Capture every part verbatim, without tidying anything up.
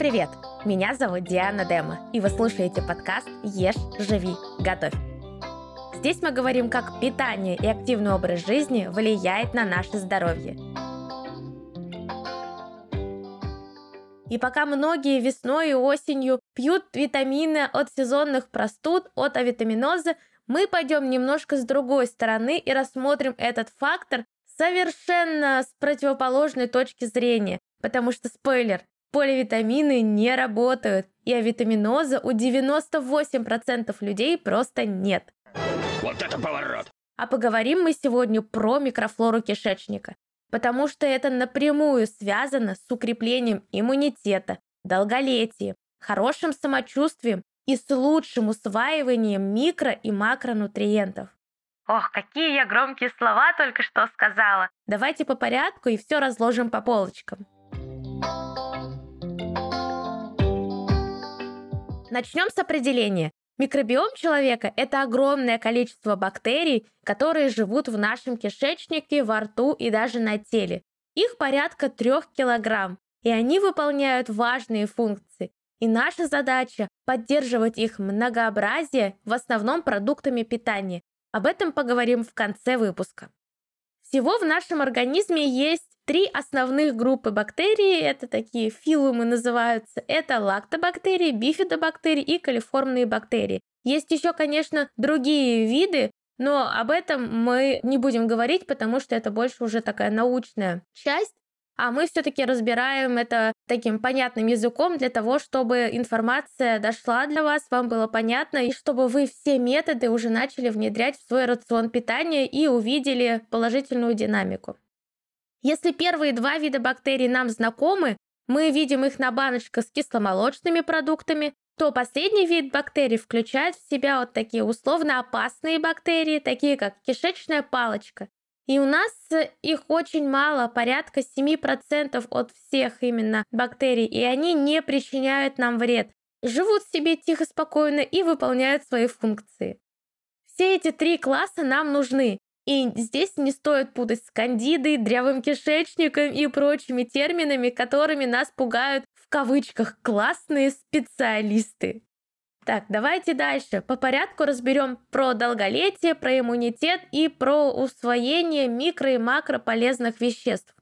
привет! Меня зовут Диана Дема, и вы слушаете подкаст «Ешь, живи, готовь». Здесь мы говорим, как питание и активный образ жизни влияет на наше здоровье. И пока многие весной и осенью пьют витамины от сезонных простуд, от авитаминоза, мы пойдем немножко с другой стороны и рассмотрим этот фактор совершенно с противоположной точки зрения. Потому что, спойлер, поливитамины не работают, и авитаминоза у девяноста восьми процентов людей просто нет. Вот это поворот! А поговорим мы сегодня про микрофлору кишечника, потому что это напрямую связано с укреплением иммунитета, долголетием, хорошим самочувствием и с лучшим усваиванием микро- и макронутриентов. Ох, какие я громкие слова только что сказала. Давайте по порядку и все разложим по полочкам. Начнем с определения. Микробиом человека – это огромное количество бактерий, которые живут в нашем кишечнике, во рту и даже на теле. Их порядка трех килограмм, и они выполняют важные функции. И наша задача – поддерживать их многообразие, в основном продуктами питания. Об этом поговорим в конце выпуска. Всего в нашем организме есть три основных группы бактерий, это такие филумы называются, это лактобактерии, бифидобактерии и колиформные бактерии. Есть еще, конечно, другие виды, но об этом мы не будем говорить, потому что это больше уже такая научная часть, а мы все-таки разбираем это таким понятным языком для того, чтобы информация дошла для вас, вам было понятно, и чтобы вы все методы уже начали внедрять в свой рацион питания и увидели положительную динамику. Если первые два вида бактерий нам знакомы, мы видим их на баночках с кисломолочными продуктами, то последний вид бактерий включает в себя вот такие условно опасные бактерии, такие как кишечная палочка. И у нас их очень мало, порядка семь процентов от всех именно бактерий, и они не причиняют нам вред. Живут себе тихо, спокойно и выполняют свои функции. Все эти три класса нам нужны. И здесь не стоит путать с кандидой, дрявым кишечником и прочими терминами, которыми нас пугают в кавычках классные специалисты. Так, давайте дальше. По порядку разберем про долголетие, про иммунитет и про усвоение микро- и макрополезных веществ.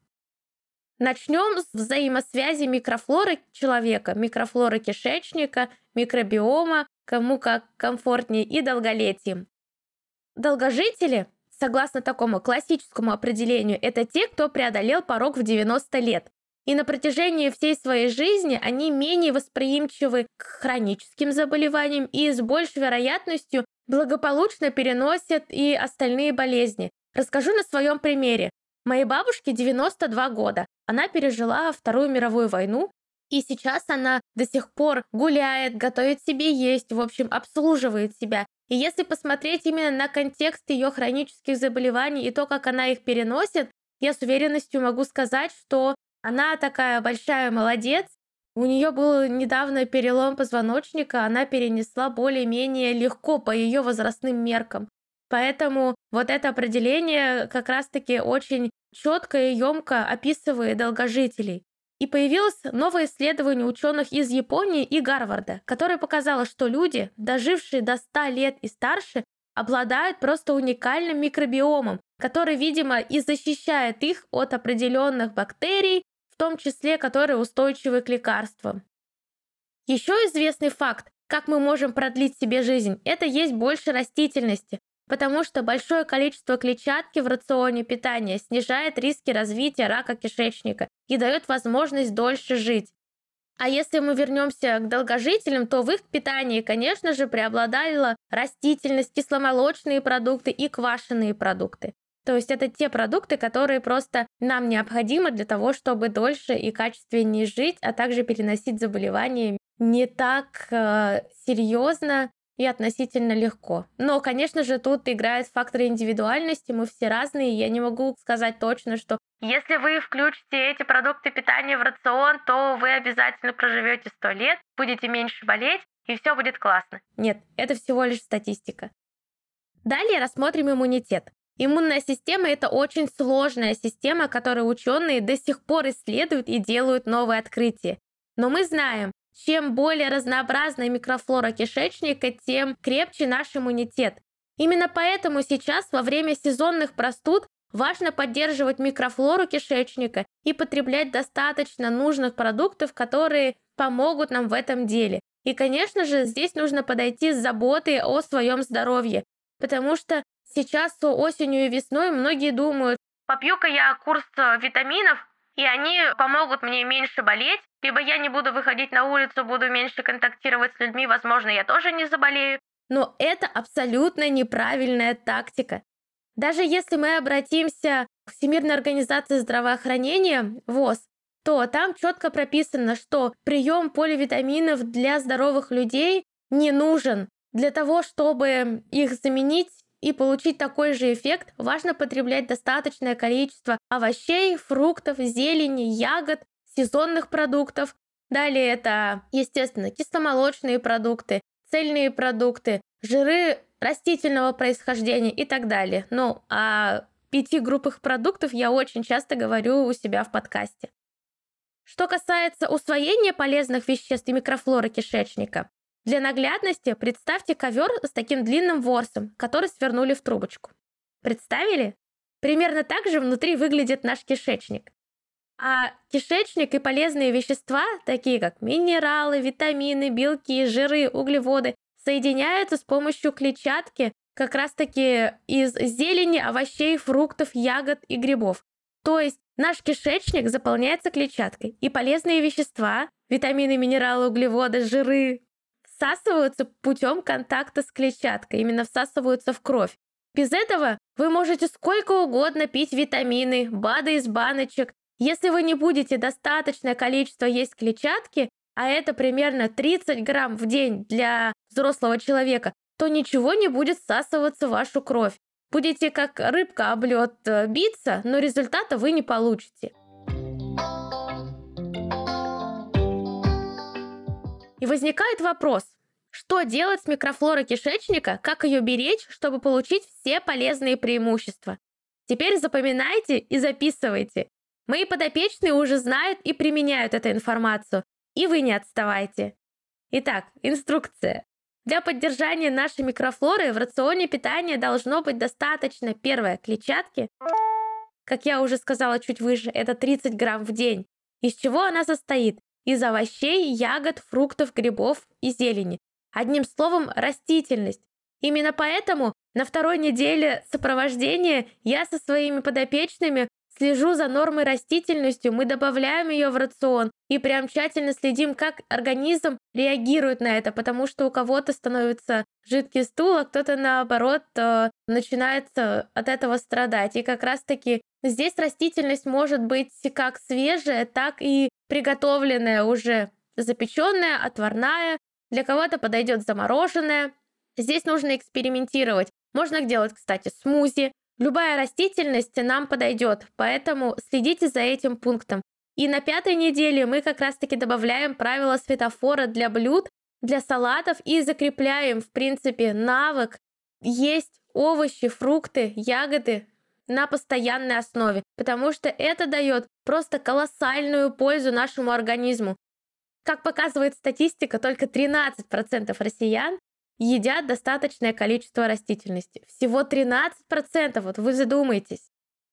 Начнем с взаимосвязи микрофлоры человека, микрофлоры кишечника, микробиома, кому как комфортнее, и долголетием. Долгожители, согласно такому классическому определению, это те, кто преодолел порог в девяносто лет. И на протяжении всей своей жизни они менее восприимчивы к хроническим заболеваниям и с большей вероятностью благополучно переносят и остальные болезни. Расскажу на своем примере. Моей бабушке девяносто два года. Она пережила Вторую мировую войну, и сейчас она до сих пор гуляет, готовит себе есть, в общем, обслуживает себя. И если посмотреть именно на контекст ее хронических заболеваний и то, как она их переносит, я с уверенностью могу сказать, что она такая большая молодец. У нее был недавно перелом позвоночника, она перенесла более-менее легко по ее возрастным меркам. Поэтому вот это определение как раз-таки очень четко и емко описывает долгожителей. И появилось новое исследование ученых из Японии и Гарварда, которое показало, что люди, дожившие до ста лет и старше, обладают просто уникальным микробиомом, который, видимо, и защищает их от определенных бактерий, в том числе, которые устойчивы к лекарствам. Еще известный факт, как мы можем продлить себе жизнь, это есть больше растительности, потому что большое количество клетчатки в рационе питания снижает риски развития рака кишечника и дает возможность дольше жить. А если мы вернемся к долгожителям, то в их питании, конечно же, преобладала растительность, кисломолочные продукты и квашеные продукты. То есть это те продукты, которые просто нам необходимы для того, чтобы дольше и качественнее жить, а также переносить заболевания не так э, серьезно и относительно легко. Но, конечно же, тут играют факторы индивидуальности, мы все разные, я не могу сказать точно, что если вы включите эти продукты питания в рацион, то вы обязательно проживете сто лет, будете меньше болеть, и все будет классно. Нет, это всего лишь статистика. Далее рассмотрим иммунитет. Иммунная система – это очень сложная система, которую ученые до сих пор исследуют и делают новые открытия. Но мы знаем, чем более разнообразная микрофлора кишечника, тем крепче наш иммунитет. Именно поэтому сейчас во время сезонных простуд важно поддерживать микрофлору кишечника и потреблять достаточно нужных продуктов, которые помогут нам в этом деле. И, конечно же, здесь нужно подойти с заботой о своем здоровье, потому что сейчас осенью и весной многие думают, попью-ка я курс витаминов, и они помогут мне меньше болеть, либо я не буду выходить на улицу, буду меньше контактировать с людьми, возможно, я тоже не заболею. Но это абсолютно неправильная тактика. Даже если мы обратимся к Всемирной организации здравоохранения, ВОЗ, то там четко прописано, что прием поливитаминов для здоровых людей не нужен. Для того, чтобы их заменить и получить такой же эффект, важно потреблять достаточное количество овощей, фруктов, зелени, ягод, сезонных продуктов. Далее это, естественно, кисломолочные продукты, цельные продукты, жиры растительного происхождения и так далее. Ну, о пяти группах продуктов я очень часто говорю у себя в подкасте. Что касается усвоения полезных веществ и микрофлоры кишечника, для наглядности представьте ковер с таким длинным ворсом, который свернули в трубочку. Представили? Примерно так же внутри выглядит наш кишечник. А кишечник и полезные вещества, такие как минералы, витамины, белки, жиры, углеводы, соединяются с помощью клетчатки как раз-таки из зелени, овощей, фруктов, ягод и грибов. То есть наш кишечник заполняется клетчаткой, и полезные вещества, витамины, минералы, углеводы, жиры, всасываются путем контакта с клетчаткой, именно всасываются в кровь. Без этого вы можете сколько угодно пить витамины, БАДы из баночек. Если вы не будете достаточное количество есть клетчатки, а это примерно тридцать грамм в день для взрослого человека, то ничего не будет всасываться в вашу кровь. Будете как рыбка об лед биться, но результата вы не получите. И возникает вопрос, что делать с микрофлорой кишечника, как ее беречь, чтобы получить все полезные преимущества. Теперь запоминайте и записывайте. Мои подопечные уже знают и применяют эту информацию, и вы не отставайте. Итак, инструкция. Для поддержания нашей микрофлоры в рационе питания должно быть достаточно, первое, клетчатки. Как я уже сказала чуть выше, это тридцать грамм в день. Из чего она состоит? Из овощей, ягод, фруктов, грибов и зелени. Одним словом, растительность. Именно поэтому на второй неделе сопровождения я со своими подопечными слежу за нормой растительностью, мы добавляем ее в рацион и прям тщательно следим, как организм реагирует на это, потому что у кого-то становится жидкий стул, а кто-то наоборот начинает от этого страдать. И как раз-таки здесь растительность может быть как свежая, так и приготовленная уже, запеченная, отварная. Для кого-то подойдет замороженная. Здесь нужно экспериментировать. Можно делать, кстати, смузи. Любая растительность нам подойдет, поэтому следите за этим пунктом. И на пятой неделе мы как раз-таки добавляем правила светофора для блюд, для салатов и закрепляем, в принципе, навык есть овощи, фрукты, ягоды на постоянной основе, потому что это дает просто колоссальную пользу нашему организму. Как показывает статистика, только тринадцать процентов россиян едят достаточное количество растительности. Всего тринадцать процентов, вот вы задумайтесь.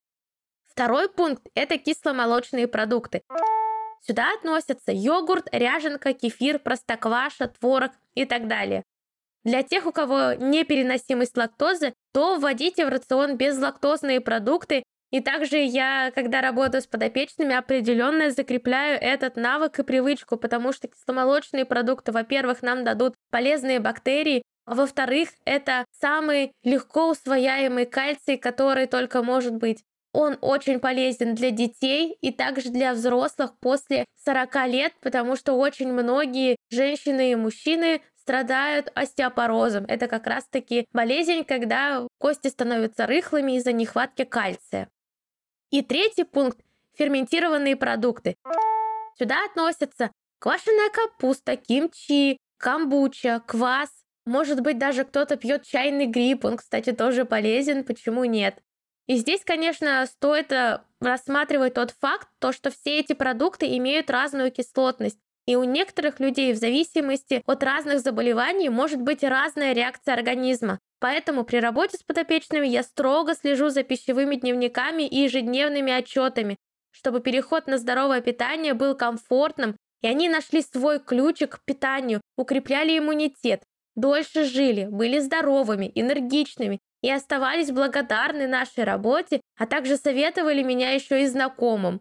Второй пункт – это кисломолочные продукты. Сюда относятся йогурт, ряженка, кефир, простокваша, творог и так далее. Для тех, у кого непереносимость лактозы, то вводите в рацион безлактозные продукты. И также я, когда работаю с подопечными, определенно закрепляю этот навык и привычку, потому что кисломолочные продукты, во-первых, нам дадут полезные бактерии, а во-вторых, это самый легко усвояемый кальций, который только может быть. Он очень полезен для детей и также для взрослых после сорока лет, потому что очень многие женщины и мужчины страдают остеопорозом. Это как раз-таки болезнь, когда кости становятся рыхлыми из-за нехватки кальция. И третий пункт – ферментированные продукты. Сюда относятся квашеная капуста, кимчи, камбуча, квас. Может быть, даже кто-то пьет чайный гриб, он, кстати, тоже полезен, почему нет? И здесь, конечно, стоит рассматривать тот факт, то, что все эти продукты имеют разную кислотность. И у некоторых людей в зависимости от разных заболеваний может быть разная реакция организма. Поэтому при работе с подопечными я строго слежу за пищевыми дневниками и ежедневными отчетами, чтобы переход на здоровое питание был комфортным, и они нашли свой ключик к питанию, укрепляли иммунитет, дольше жили, были здоровыми, энергичными и оставались благодарны нашей работе, а также советовали меня еще и знакомым.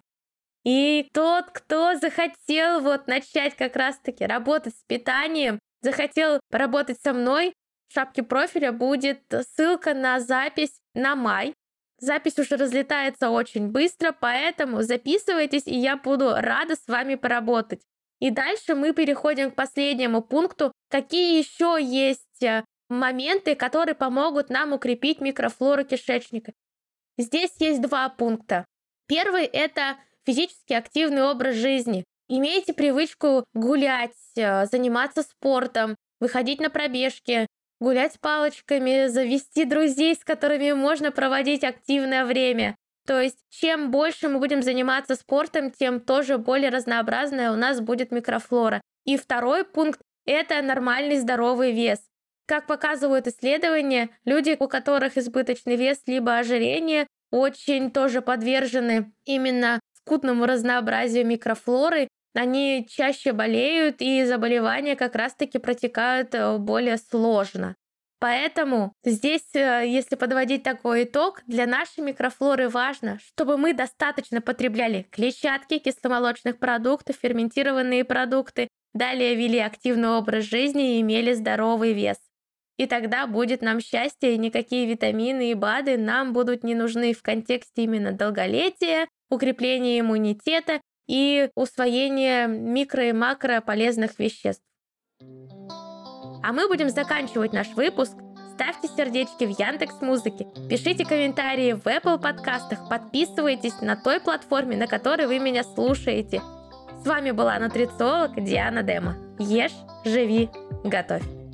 И тот, кто захотел вот начать как раз-таки работать с питанием, захотел поработать со мной, в шапке профиля будет ссылка на запись на май. Запись уже разлетается очень быстро, поэтому записывайтесь, и я буду рада с вами поработать. И дальше мы переходим к последнему пункту. Какие еще есть моменты, которые помогут нам укрепить микрофлору кишечника? Здесь есть два пункта. Первый – это физически активный образ жизни. Имейте привычку гулять, заниматься спортом, выходить на пробежки, гулять с палочками, завести друзей, с которыми можно проводить активное время. То есть, чем больше мы будем заниматься спортом, тем тоже более разнообразная у нас будет микрофлора. И второй пункт – это нормальный здоровый вес. Как показывают исследования, люди, у которых избыточный вес либо ожирение, очень тоже подвержены именно скудному разнообразию микрофлоры. Они чаще болеют, и заболевания как раз-таки протекают более сложно. Поэтому здесь, если подводить такой итог, для нашей микрофлоры важно, чтобы мы достаточно потребляли клетчатки, кисломолочных продуктов, ферментированные продукты, далее вели активный образ жизни и имели здоровый вес. И тогда будет нам счастье, и никакие витамины и БАДы нам будут не нужны в контексте именно долголетия, укрепления иммунитета и усвоения микро- и макрополезных веществ. А мы будем заканчивать наш выпуск. Ставьте сердечки в Яндекс.Музыке, пишите комментарии в Apple подкастах, подписывайтесь на той платформе, на которой вы меня слушаете. С вами была нутрициолог Диана Дема. Ешь, живи, готовь.